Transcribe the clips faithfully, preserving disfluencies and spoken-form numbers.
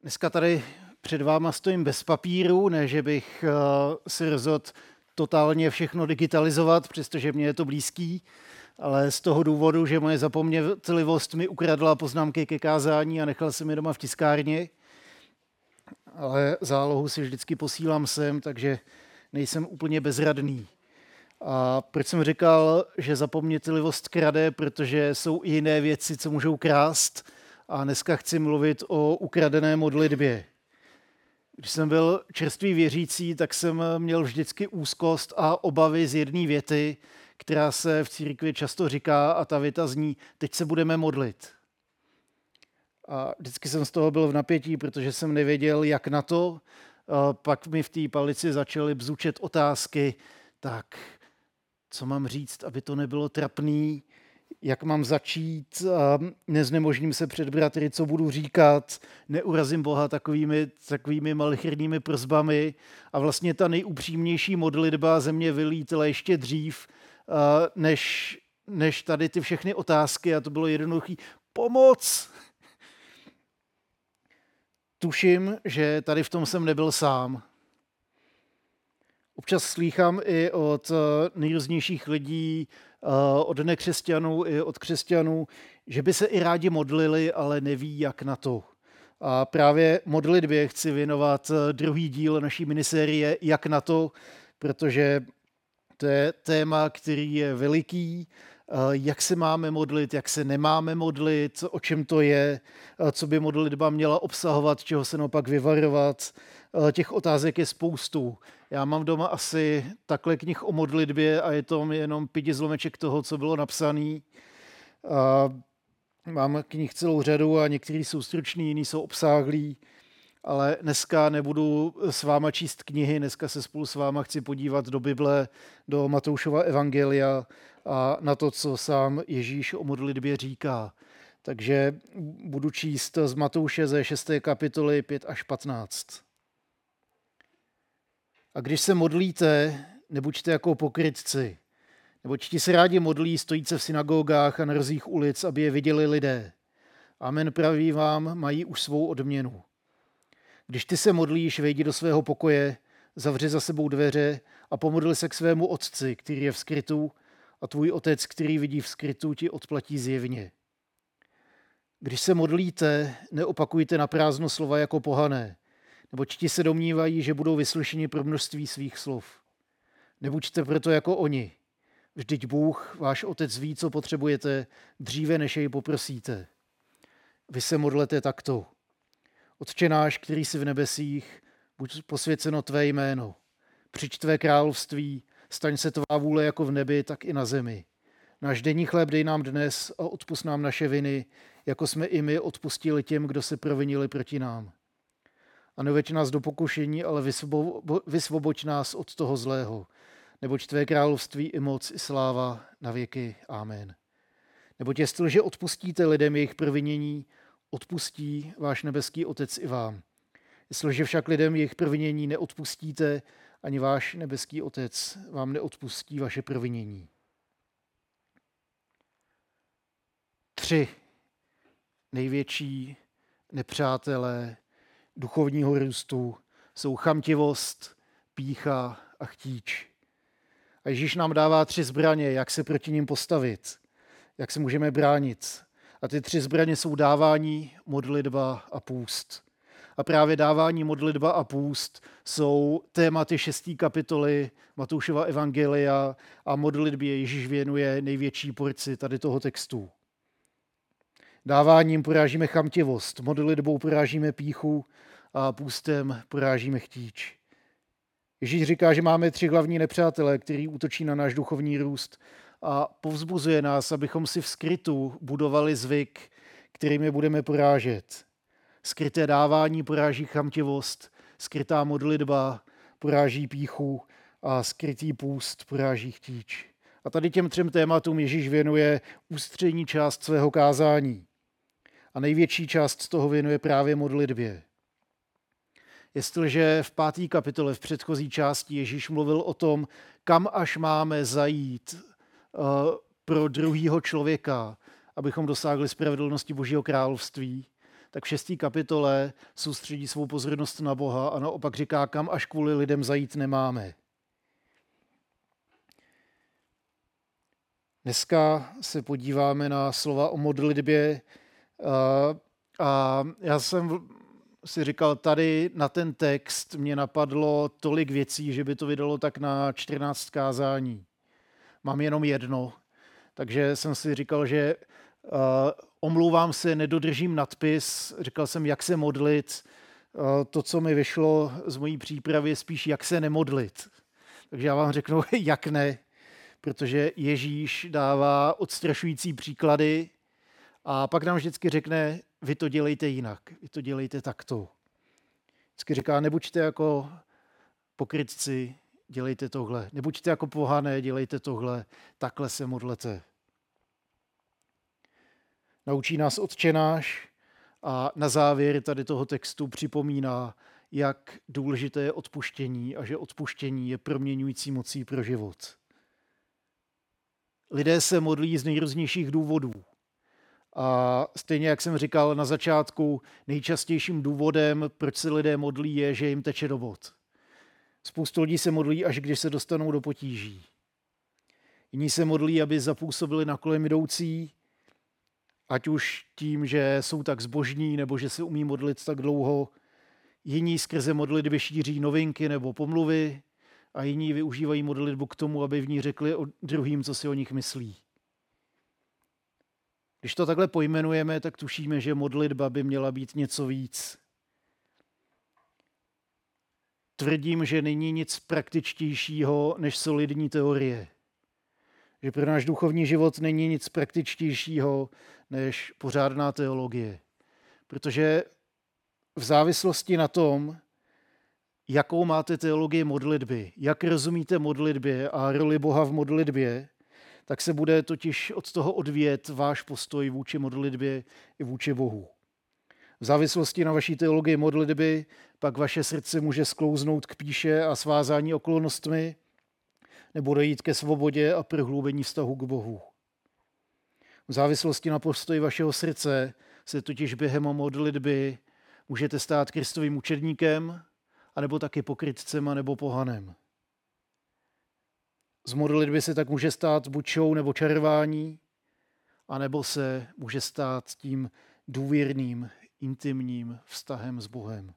Dneska tady před váma stojím bez papíru, ne, že bych uh, se rozhodl totálně všechno digitalizovat, přestože mě je to blízký, ale z toho důvodu, že moje zapomnětlivost mi ukradla poznámky ke kázání a nechal jsem je doma v tiskárně. Ale zálohu si vždycky posílám sem, takže nejsem úplně bezradný. A proč jsem říkal, že zapomnětlivost krade, protože jsou i jiné věci, co můžou krást. A dneska chci mluvit o ukradené modlitbě. Když jsem byl čerstvý věřící, tak jsem měl vždycky úzkost a obavy z jedné věty, která se v církvi často říká, a ta věta zní: teď se budeme modlit. A vždycky jsem z toho byl v napětí, protože jsem nevěděl, jak na to. A pak mi v té palici začaly bzučet otázky, tak co mám říct, aby to nebylo trapný, jak mám začít, a neznemožním se před bratry, co budu říkat, neurazím Boha takovými, takovými malichernými prosbami. A vlastně ta nejupřímnější modlitba ze mě vylítla ještě dřív, než, než tady ty všechny otázky, a to bylo jednoduchý: pomoc! Tuším, že tady v tom jsem nebyl sám. Občas slýchám i od nejrůznějších lidí, od nekřesťanů i od křesťanů, že by se i rádi modlili, ale neví, jak na to. A právě modlitbě chci věnovat druhý díl naší minisérie Jak na to, protože to je téma, který je veliký, jak se máme modlit, jak se nemáme modlit, o čem to je, co by modlitba měla obsahovat, čeho se naopak vyvarovat. Těch otázek je spoustu. Já mám doma asi takhle knih o modlitbě a je to jenom pěti zlomeček toho, co bylo napsané. Mám knih celou řadu a některý jsou stručný, jiný jsou obsáhlý, ale dneska nebudu s váma číst knihy, dneska se spolu s váma chci podívat do Bible, do Matoušova evangelia a na to, co sám Ježíš o modlitbě říká. Takže budu číst z Matouše ze šesté kapitoly pět až patnáct. A když se modlíte, nebuďte jako pokrytci, neboť ti se rádi modlí stojíce v synagogách a na rozích ulic, aby je viděli lidé. Amen, praví vám, mají už svou odměnu. Když ty se modlíš, vejdi do svého pokoje, zavři za sebou dveře a pomodli se k svému otci, který je v skrytu, a tvůj otec, který vidí v skrytu, ti odplatí zjevně. Když se modlíte, neopakujte na prázdno slova jako pohané, neboť ti se domnívají, že budou vyslyšeni pro množství svých slov. Nebuďte proto jako oni. Vždyť Bůh, váš otec, ví, co potřebujete, dříve než jej poprosíte. Vy se modlete takto: Otče náš, který jsi v nebesích, buď posvěceno tvé jméno. Přijď tvé království, staň se tvá vůle jako v nebi, tak i na zemi. Náš denní chléb dej nám dnes a odpusť nám naše viny, jako jsme i my odpustili těm, kdo se provinili proti nám. A neveď nás do pokušení, ale vysvobo, vysvoboď nás od toho zlého. Neboť tvé království i moc i sláva na věky. Amen. Neboť jestliže odpustíte lidem jejich provinění, odpustí váš nebeský Otec i vám. Jestliže však lidem jejich provinění neodpustíte, ani váš nebeský Otec vám neodpustí vaše provinění. Tři největší nepřátelé duchovního růstu jsou chamtivost, pýcha a chtíč. A Ježíš nám dává tři zbraně, jak se proti nim postavit, jak se můžeme bránit. A ty tři zbraně jsou dávání, modlitba a půst. A právě dávání, modlitba a půst jsou tématy šesté kapitoly Matoušova evangelia a modlitbě Ježíš věnuje největší porci tady toho textu. Dáváním porážíme chamtivost, modlitbou porážíme pýchu a půstem porážíme chtíč. Ježíš říká, že máme tři hlavní nepřátele, který útočí na náš duchovní růst, a povzbuzuje nás, abychom si v skrytu budovali zvyk, kterým je budeme porážet. Skryté dávání poráží chamtivost, skrytá modlitba poráží pýchu a skrytý půst poráží chtíč. A tady těm třem tématům Ježíš věnuje ústřední část svého kázání. A největší část z toho věnuje právě modlitbě. Jestliže v páté kapitole, v předchozí části, Ježíš mluvil o tom, kam až máme zajít uh, pro druhýho člověka, abychom dosáhli spravedlnosti Božího království, tak v šesté kapitole soustředí svou pozornost na Boha a naopak říká, kam až kvůli lidem zajít nemáme. Dneska se podíváme na slova o modlitbě a já jsem si říkal, tady na ten text mě napadlo tolik věcí, že by to vydalo tak na čtrnáct kázání. Mám jenom jedno, takže jsem si říkal, že uh, omlouvám se, nedodržím nadpis, říkal jsem, jak se modlit. Uh, to, co mi vyšlo z mojí přípravy, je spíš, jak se nemodlit. Takže já vám řeknu, jak ne, protože Ježíš dává odstrašující příklady a pak nám vždycky řekne, vy to dělejte jinak, vy to dělejte takto. Vždycky říká, nebuďte jako pokrytci, dělejte tohle. Nebuďte jako pohané, dělejte tohle. Takhle se modlete. Naučí nás Otčenáš a na závěr tady toho textu připomíná, jak důležité je odpuštění a že odpuštění je proměňující mocí pro život. Lidé se modlí z nejrůznějších důvodů. A stejně, jak jsem říkal na začátku, nejčastějším důvodem, proč se lidé modlí, je, že jim teče do bod. Spoustu lidí se modlí, až když se dostanou do potíží. Jiní se modlí, aby zapůsobili na kolem jdoucí, ať už tím, že jsou tak zbožní, nebo že se umí modlit tak dlouho. Jiní skrze modlitby šíří novinky nebo pomluvy a jiní využívají modlitbu k tomu, aby v ní řekli o druhým, co si o nich myslí. Když to takhle pojmenujeme, tak tušíme, že modlitba by měla být něco víc. Tvrdím, že není nic praktičtějšího než solidní teorie. Že pro náš duchovní život není nic praktičtějšího než pořádná teologie. Protože v závislosti na tom, jakou máte teologii modlitby, jak rozumíte modlitbě a roli Boha v modlitbě, tak se bude totiž od toho odvíjet váš postoj vůči modlitbě i vůči Bohu. V závislosti na vaší teologii modlitby pak vaše srdce může sklouznout k pýše a svázání okolnostmi nebo dojít ke svobodě a prohloubení vztahu k Bohu. V závislosti na postoji vašeho srdce se totiž během modlitby můžete stát Kristovým učedníkem anebo taky pokrytcem nebo pohanem. Z modlitby se tak může stát buď show nebo čarování, anebo se může stát tím důvěrným, intimním vztahem s Bohem.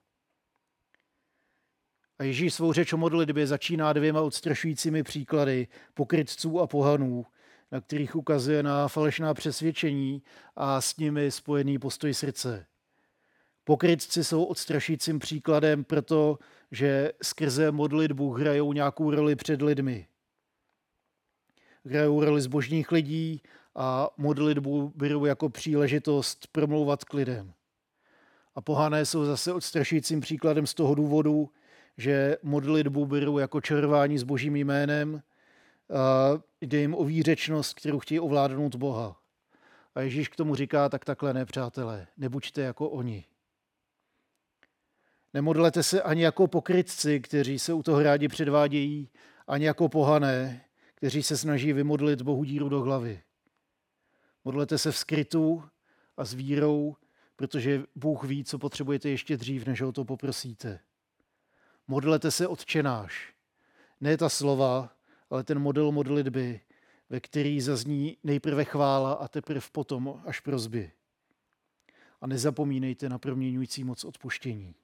A Ježíš svou řeč o modlitbě začíná dvěma odstrašujícími příklady pokrytců a pohanů, na kterých ukazuje na falešná přesvědčení a s nimi spojený postoj srdce. Pokrytci jsou odstrašujícím příkladem, protože skrze modlitbu hrajou nějakou roli před lidmi. Hrajou roli zbožných lidí a modlitbu berou jako příležitost promlouvat k lidem. A pohané jsou zase odstrašujícím příkladem z toho důvodu, že modlitbu berou jako čarování s Božím jménem, a jde jim o výřečnost, kterou chtějí ovládnout Boha. A Ježíš k tomu říká, tak takhle ne, přátelé, nebuďte jako oni. Nemodlete se ani jako pokrytci, kteří se u toho rádi předvádějí, ani jako pohané, kteří se snaží vymodlit Bohu díru do hlavy. Modlete se v skrytu a s vírou, protože Bůh ví, co potřebujete ještě dřív, než ho to poprosíte. Modlete se Otčenáš. Ne ta slova, ale ten model modlitby, ve který zazní nejprve chvála a teprve potom až prosby. A nezapomínejte na proměňující moc odpuštění.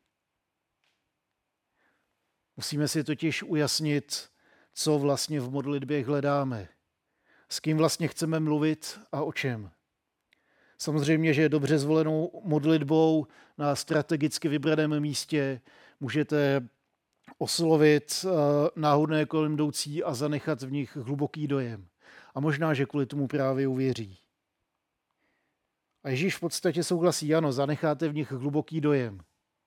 Musíme si totiž ujasnit, co vlastně v modlitbě hledáme. S kým vlastně chceme mluvit a o čem. Samozřejmě, že dobře zvolenou modlitbou na strategicky vybraném místě můžete oslovit náhodné kolem jdoucí a zanechat v nich hluboký dojem. A možná, že kvůli tomu právě uvěří. A Ježíš v podstatě souhlasí, ano, zanecháte v nich hluboký dojem.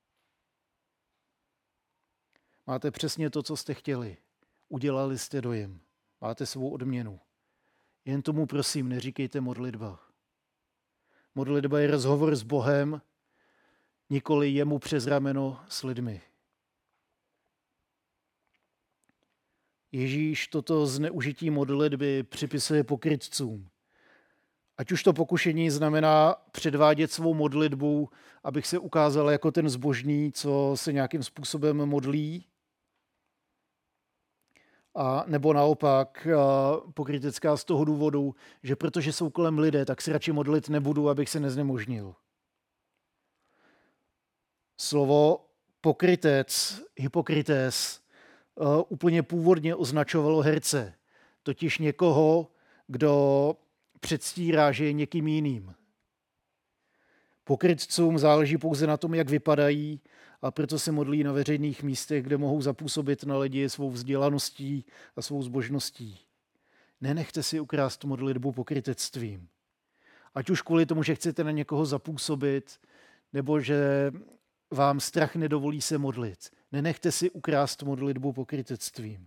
Máte přesně to, co jste chtěli. Udělali jste dojem. Máte svou odměnu. Jen tomu prosím, neříkejte modlitba. Modlitba je rozhovor s Bohem, nikoli jemu přes rameno s lidmi. Ježíš toto zneužití modlitby připisuje pokrytcům. Ať už to pokušení znamená předvádět svou modlitbu, abych se ukázal jako ten zbožný, co se nějakým způsobem modlí, a nebo naopak pokrytecká z toho důvodu, že protože jsou kolem lidé, tak se radši modlit nebudu, abych se neznemožnil. Slovo pokrytec, hypokrités, úplně původně označovalo herce, totiž někoho, kdo předstírá, že je někým jiným. Pokrytcům záleží pouze na tom, jak vypadají, a proto se modlí na veřejných místech, kde mohou zapůsobit na lidi svou vzdělaností a svou zbožností. Nenechte si ukrást modlitbu pokrytectvím. Ať už kvůli tomu, že chcete na někoho zapůsobit, nebo že vám strach nedovolí se modlit. Nenechte si ukrást modlitbu pokrytectvím.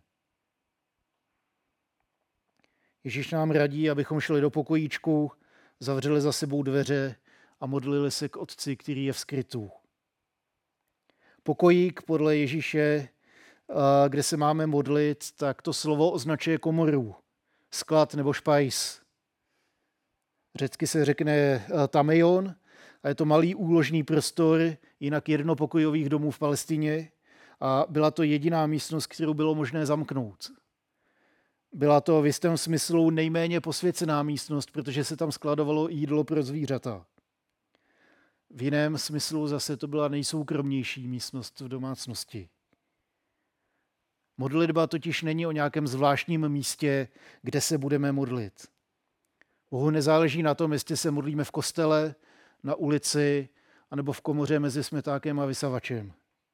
Ježíš nám radí, abychom šli do pokojíčku, zavřeli za sebou dveře a modlili se k Otci, který je v skrytu. Pokojík podle Ježíše, kde se máme modlit, tak to slovo označuje komoru, sklad nebo špajs. Řecky se řekne tameion a je to malý úložný prostor, jinak jednopokojových domů v Palestině, a byla to jediná místnost, kterou bylo možné zamknout. Byla to v jistém smyslu nejméně posvěcená místnost, protože se tam skladovalo jídlo pro zvířata. V jiném smyslu zase to byla nejsoukromnější místnost v domácnosti. Modlitba totiž není o nějakém zvláštním místě, kde se budeme modlit. Bohu nezáleží na tom, jestli se modlíme v kostele, na ulici, anebo v komoře mezi smetákem a vysavačem.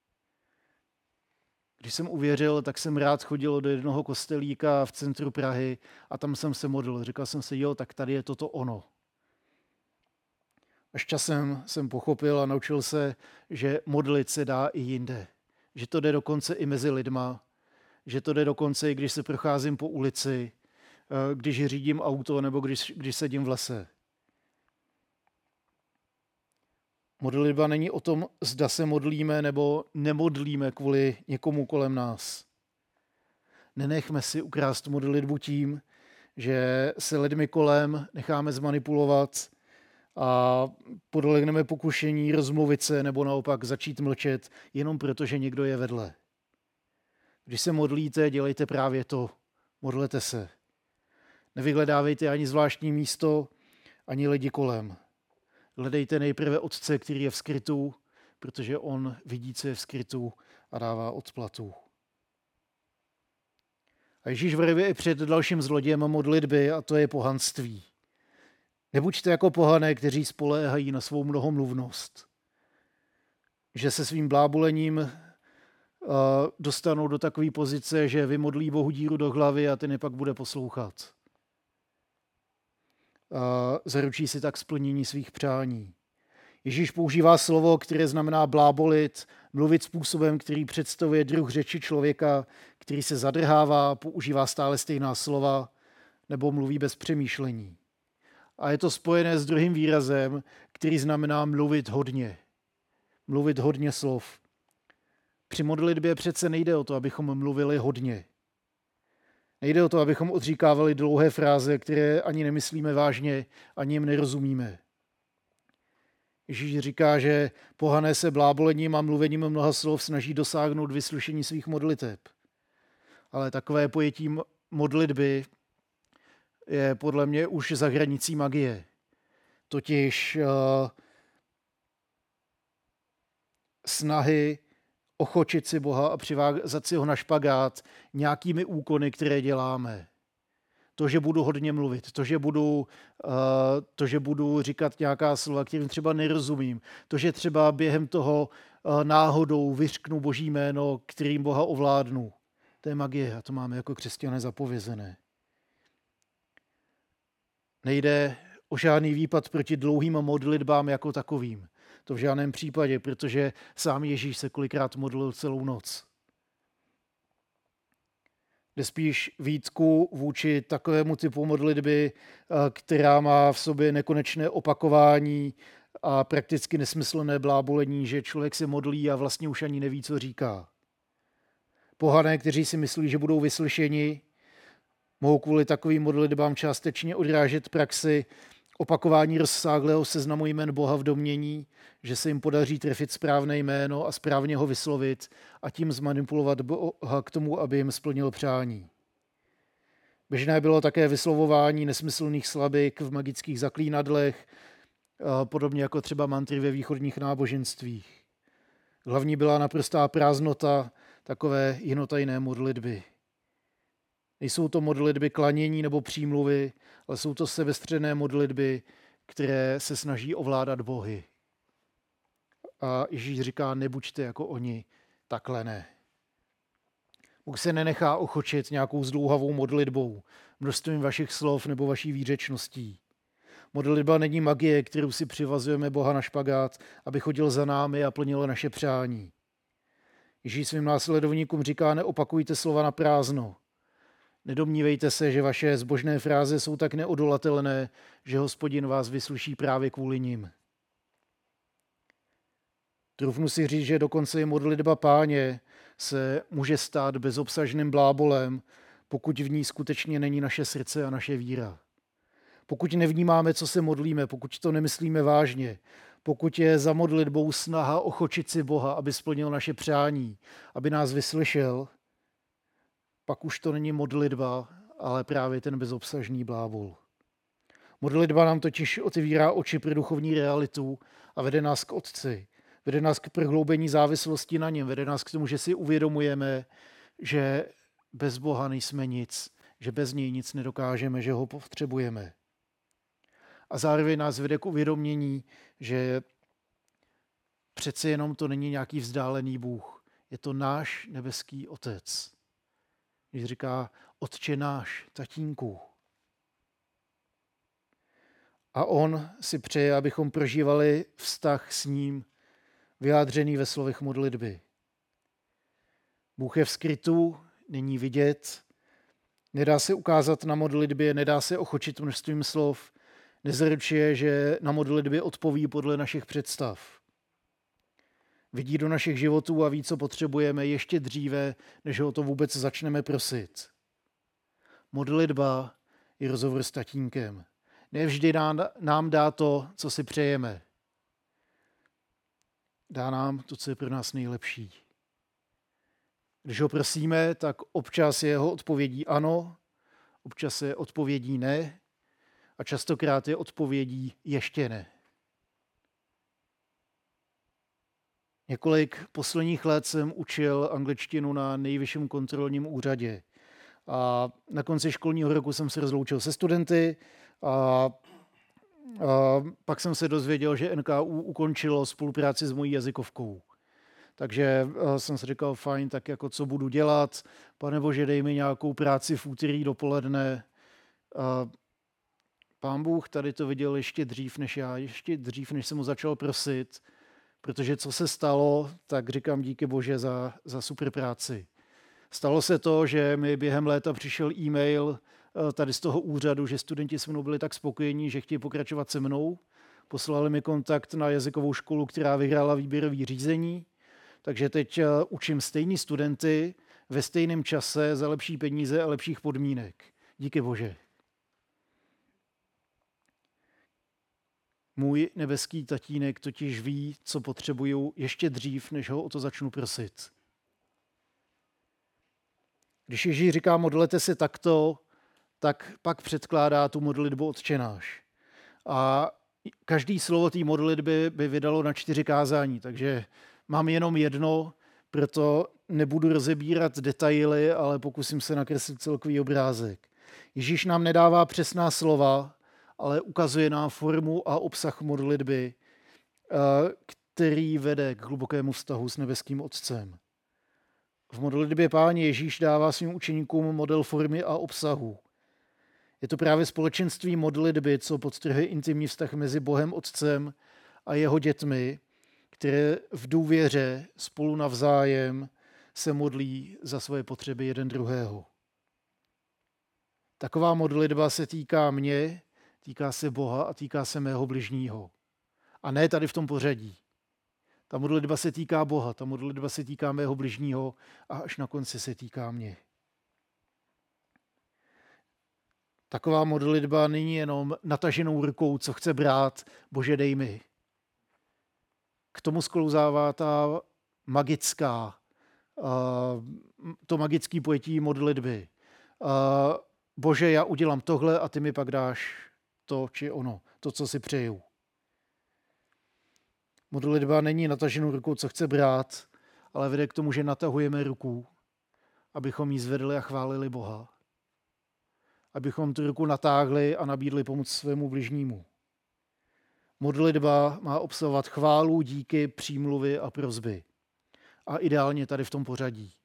Když jsem uvěřil, tak jsem rád chodil do jednoho kostelíka v centru Prahy a tam jsem se modlil. Říkal jsem si, jo, tak tady je toto ono. Až časem jsem pochopil a naučil se, že modlit se dá i jinde. Že to jde dokonce i mezi lidma. Že to jde dokonce i když se procházím po ulici, když řídím auto nebo když, když sedím v lese. Modlitba není o tom, zda se modlíme nebo nemodlíme kvůli někomu kolem nás. Nenechme si ukrást modlitbu tím, že se lidmi kolem necháme zmanipulovat a podlehneme pokušení rozmluvit se nebo naopak začít mlčet jenom proto, že někdo je vedle. Když se modlíte, dělejte právě to. Modlete se. Nevyhledávejte ani zvláštní místo, ani lidi kolem. Hledejte nejprve Otce, který je v skrytu, protože on vidí, co je v skrytu a dává odplatu. A Ježíš varuje i před dalším zlodějem modlitby, a to je pohanství. Nebuďte jako pohané, kteří spoléhají na svou mnohomluvnost. Že se svým blábolením dostanou do takové pozice, že vymodlí Bohu díru do hlavy a ten je pak bude poslouchat. A zaručí si tak splnění svých přání. Ježíš používá slovo, které znamená blábolit, mluvit způsobem, který představuje druh řeči člověka, který se zadrhává, používá stále stejná slova nebo mluví bez přemýšlení. A je to spojené s druhým výrazem, který znamená mluvit hodně. Mluvit hodně slov. Při modlitbě přece nejde o to, abychom mluvili hodně. Nejde o to, abychom odříkávali dlouhé fráze, které ani nemyslíme vážně, ani jim nerozumíme. Ježíš říká, že pohané se blábolením a mluvením mnoha slov snaží dosáhnout vyslyšení svých modliteb. Ale takové pojetí modlitby je podle mě už za hranicí magie. Totiž uh, snahy ochočit si Boha a přivázat si ho na špagát nějakými úkony, které děláme. To, že budu hodně mluvit, to, že budu, uh, to, že budu říkat nějaká slova, kterým třeba nerozumím, to, že třeba během toho uh, náhodou vyřknu Boží jméno, kterým Boha ovládnu. To je magie a to máme jako křesťané zapovězené. Nejde o žádný výpad proti dlouhým modlitbám jako takovým. To v žádném případě, protože sám Ježíš se kolikrát modlil celou noc. Jde spíš výtku vůči takovému typu modlitby, která má v sobě nekonečné opakování a prakticky nesmyslné blábolení, že člověk se modlí a vlastně už ani neví, co říká. Pohané, kteří si myslí, že budou vyslyšeni, mohou kvůli takovým modlitbám částečně odrážet praxi opakování rozsáhlého seznamu jmen Boha v domnění, že se jim podaří trefit správné jméno a správně ho vyslovit a tím zmanipulovat Boha k tomu, aby jim splnil přání. Běžné bylo také vyslovování nesmyslných slabik v magických zaklínadlech, podobně jako třeba mantry ve východních náboženstvích. Hlavní byla naprostá prázdnota takové jinotajné modlitby. Nejsou to modlitby klanění nebo přímluvy, ale jsou to sebestředné modlitby, které se snaží ovládat bohy. A Ježíš říká, nebuďte jako oni, takhle ne. Bůh se nenechá ochočit nějakou zdlouhavou modlitbou, množstvím vašich slov nebo vaší výřečností. Modlitba není magie, kterou si přivazujeme Boha na špagát, aby chodil za námi a plnil naše přání. Ježíš svým následovníkům říká, neopakujte slova na prázdno. Nedomnívejte se, že vaše zbožné fráze jsou tak neodolatelné, že Hospodin vás vyslyší právě kvůli nim. Trufnu si říct, že dokonce i modlitba Páně se může stát bezobsažným blábolem, pokud v ní skutečně není naše srdce a naše víra. Pokud nevnímáme, co se modlíme, pokud to nemyslíme vážně, pokud je za modlitbou snaha ochočit si Boha, aby splnil naše přání, aby nás vyslyšel, pak už to není modlitba, ale právě ten bezobsažný blábol. Modlitba nám totiž otevírá oči pro duchovní realitu a vede nás k Otci. Vede nás k prohloubení závislosti na něm, vede nás k tomu, že si uvědomujeme, že bez Boha nejsme nic, že bez něj nic nedokážeme, že ho potřebujeme. A zároveň nás vede k uvědomění, že přece jenom to není nějaký vzdálený Bůh. Je to náš nebeský Otec. Když říká, Otče náš, tatínku. A on si přeje, abychom prožívali vztah s ním, vyjádřený ve slovech modlitby. Bůh je v skrytu, není vidět, nedá se ukázat na modlitbě, nedá se ochočit množstvím slov, nezaručuje, že na modlitbě odpoví podle našich představ. Vidí do našich životů a ví, co potřebujeme ještě dříve, než ho to vůbec začneme prosit. Modlitba je rozhovor s tatínkem. Nevždy nám dá to, co si přejeme. Dá nám to, co je pro nás nejlepší. Když ho prosíme, tak občas je jeho odpovědí ano, občas je odpovědí ne a častokrát je odpovědí ještě ne. Několik posledních let jsem učil angličtinu na Nejvyšším kontrolním úřadě. A na konci školního roku jsem se rozloučil se studenty a, a pak jsem se dozvěděl, že N K U ukončilo spolupráci s mojí jazykovkou. Takže jsem si říkal, fajn, tak jako co budu dělat, pane bože, dej mi nějakou práci v úterý dopoledne. A Pán Bůh tady to viděl ještě dřív než já, ještě dřív, než jsem mu začal prosit, protože co se stalo, tak říkám díky bože za, za super práci. Stalo se to, že mi během léta přišel e-mail tady z toho úřadu, že studenti se mnou byli tak spokojení, že chtějí pokračovat se mnou. Poslali mi kontakt na jazykovou školu, která vyhrála výběrové řízení. Takže teď učím stejný studenty ve stejném čase za lepší peníze a lepších podmínek. Díky bože. Můj nebeský tatínek totiž ví, co potřebuju ještě dřív, než ho o to začnu prosit. Když Ježíš říká modlete se takto, tak pak předkládá tu modlitbu Otče náš. A každý slovo té modlitby by vydalo na čtyři kázání, takže mám jenom jedno, proto nebudu rozebírat detaily, ale pokusím se nakreslit celkový obrázek. Ježíš nám nedává přesná slova, ale ukazuje nám formu a obsah modlitby, který vede k hlubokému vztahu s nebeským Otcem. V modlitbě Páně Ježíš dává svým učeníkům model formy a obsahu. Je to právě společenství modlitby, co podtrhuje intimní vztah mezi Bohem Otcem a jeho dětmi, které v důvěře spolu navzájem se modlí za svoje potřeby jeden druhého. Taková modlitba se týká mě, týká se Boha a týká se mého bližního. A ne tady v tom pořadí. Ta modlitba se týká Boha, ta modlitba se týká mého bližního a až na konci se týká mě. Taková modlitba není jenom nataženou rukou, co chce brát, Bože dej mi. K tomu sklouzává ta magická, to magické pojetí modlitby. Bože, já udělám tohle a ty mi pak dáš to či ono, to, co si přeju. Modlitba není nataženou rukou, co chce brát, ale vede k tomu, že natahujeme ruku, abychom jí zvedli a chválili Boha. Abychom tu ruku natáhli a nabídli pomoc svému bližnímu. Modlitba má obsahovat chválu, díky, přímluvy a prosby. A ideálně tady v tom pořadí.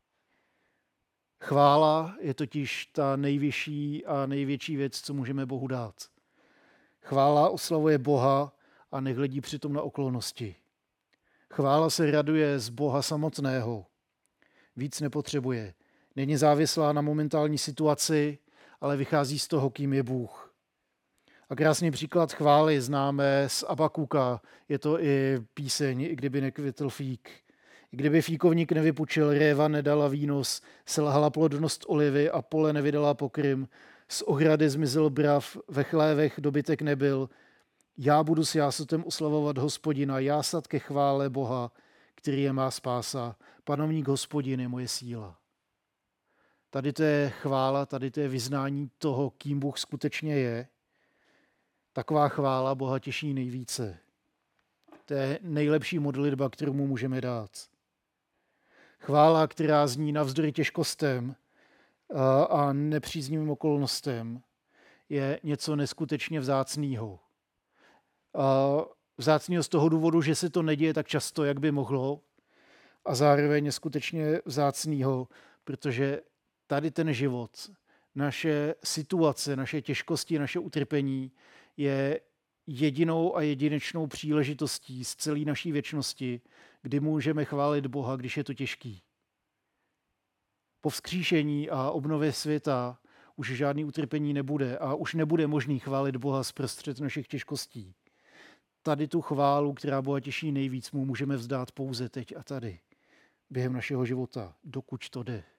Chvála je totiž ta nejvyšší a největší věc, co můžeme Bohu dát. Chvála oslavuje Boha a nehledí přitom na okolnosti. Chvála se raduje z Boha samotného. Víc nepotřebuje. Není závislá na momentální situaci, ale vychází z toho, kým je Bůh. A krásný příklad chvály známe z Abakuka. Je to i píseň, i kdyby nekvětl fík. I kdyby fíkovník nevypučil, réva nedala výnos, selhala plodnost olivy a pole nevydala pokrm, z ohrady zmizel brav, ve chlévech dobytek nebyl. Já budu s jásotem oslavovat Hospodina, jásat ke chvále Boha, který je má spása. Panovník Hospodin je moje síla. Tady to je chvála, tady to je vyznání toho, kým Bůh skutečně je. Taková chvála Boha těší nejvíce. To je nejlepší modlitba, kterou mu můžeme dát. Chvála, která zní navzdory těžkostem a nepříznivým okolnostem, je něco neskutečně vzácného. Vzácného z toho důvodu, že se to neděje tak často, jak by mohlo, a zároveň je skutečně vzácného, protože tady ten život, naše situace, naše těžkosti, naše utrpení je jedinou a jedinečnou příležitostí z celé naší věčnosti, kdy můžeme chválit Boha, když je to těžký. Po vzkříšení a obnově světa už žádný utrpení nebude a už nebude možný chválit Boha zprostřed našich těžkostí. Tady tu chválu, která Boha těší nejvíc, mu můžeme vzdát pouze teď a tady, během našeho života, dokud to jde.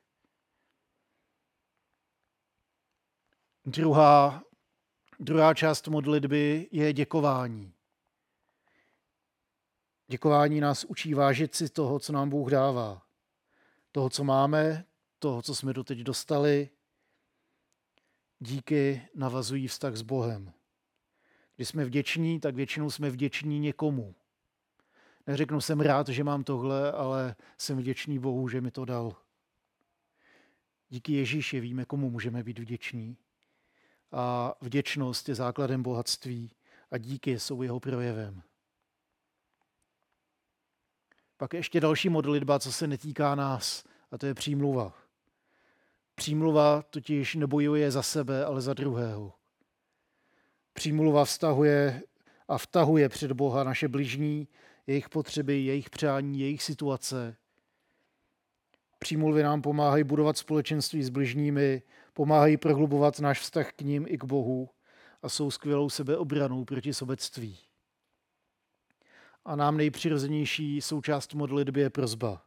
Druhá, druhá část modlitby je děkování. Děkování nás učí vážit si toho, co nám Bůh dává. Toho, co máme, toho, co jsme doteď dostali. Díky navazují vztah s Bohem. Když jsme vděční, tak většinou jsme vděční někomu. Neřeknu, jsem rád, že mám tohle, ale jsem vděčný Bohu, že mi to dal. Díky Ježíši víme, komu můžeme být vděční. A vděčnost je základem bohatství a díky jsou jeho projevem. Pak ještě další modlitba, co se netýká nás, a to je přímluva. Přímluva totiž nebojuje za sebe, ale za druhého. Přímluva vztahuje a vtahuje před Boha naše bližní, jejich potřeby, jejich přání, jejich situace. Přímluvy nám pomáhají budovat společenství s bližními, pomáhají prohlubovat náš vztah k nim i k Bohu a jsou skvělou sebeobranou proti sobectví. A nám nejpřirozenější součást modlitby je prosba.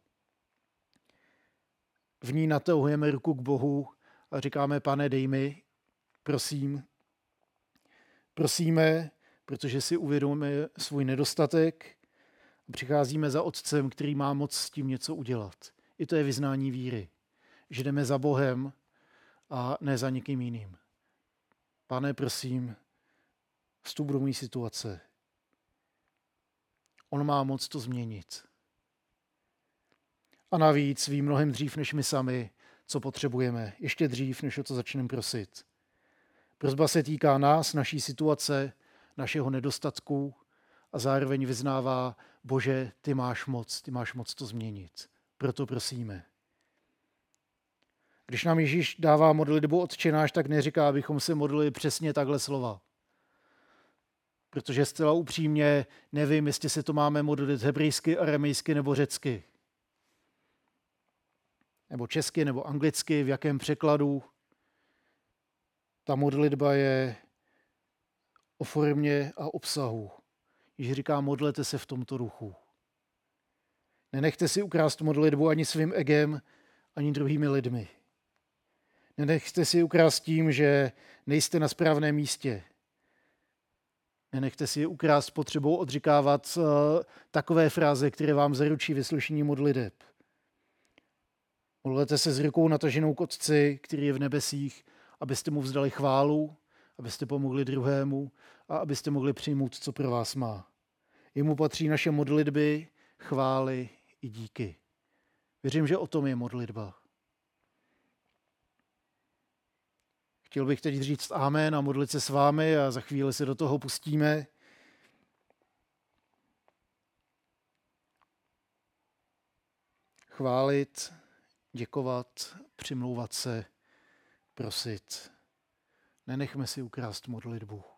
V ní natahujeme ruku k Bohu a říkáme, Pane, dej mi, prosím. Prosíme, protože si uvědomíme svůj nedostatek a přicházíme za Otcem, který má moc s tím něco udělat. I to je vyznání víry, že jdeme za Bohem a ne za někým jiným. Pane, prosím, vstup do mojí situace. On má moc to změnit. A navíc ví mnohem dřív než my sami, co potřebujeme, ještě dřív, než o to začneme prosit. Prosba se týká nás, naší situace, našeho nedostatku a zároveň vyznává, Bože, ty máš moc, ty máš moc to změnit. Proto prosíme. Když nám Ježíš dává modlitbu Otče náš, tak neříká, abychom se modlili přesně takhle slova. Protože zcela upřímně nevím, jestli se to máme modlit hebrejsky, aramejsky nebo řecky. Nebo česky, nebo anglicky, v jakém překladu. Ta modlitba je o formě a obsahu. Ježíš říká, modlete se v tomto duchu. Nenechte si ukrást modlitbu ani svým egem, ani druhými lidmi. Nenechte si ukrást tím, že nejste na správném místě. Nenechte si ukrást potřebou odříkávat uh, takové fráze, které vám zaručí vyslyšení modliteb. Modlete se s rukou nataženou k Otci, který je v nebesích, abyste mu vzdali chválu, abyste pomohli druhému a abyste mohli přijmout, co pro vás má. Jemu patří naše modlitby, chvály i díky. Věřím, že o tom je modlitba. Chtěl bych teď říct amen a modlit se s vámi a za chvíli se do toho pustíme. Chválit, děkovat, přimlouvat se, prosit. Nenechme si ukrást modlitbu.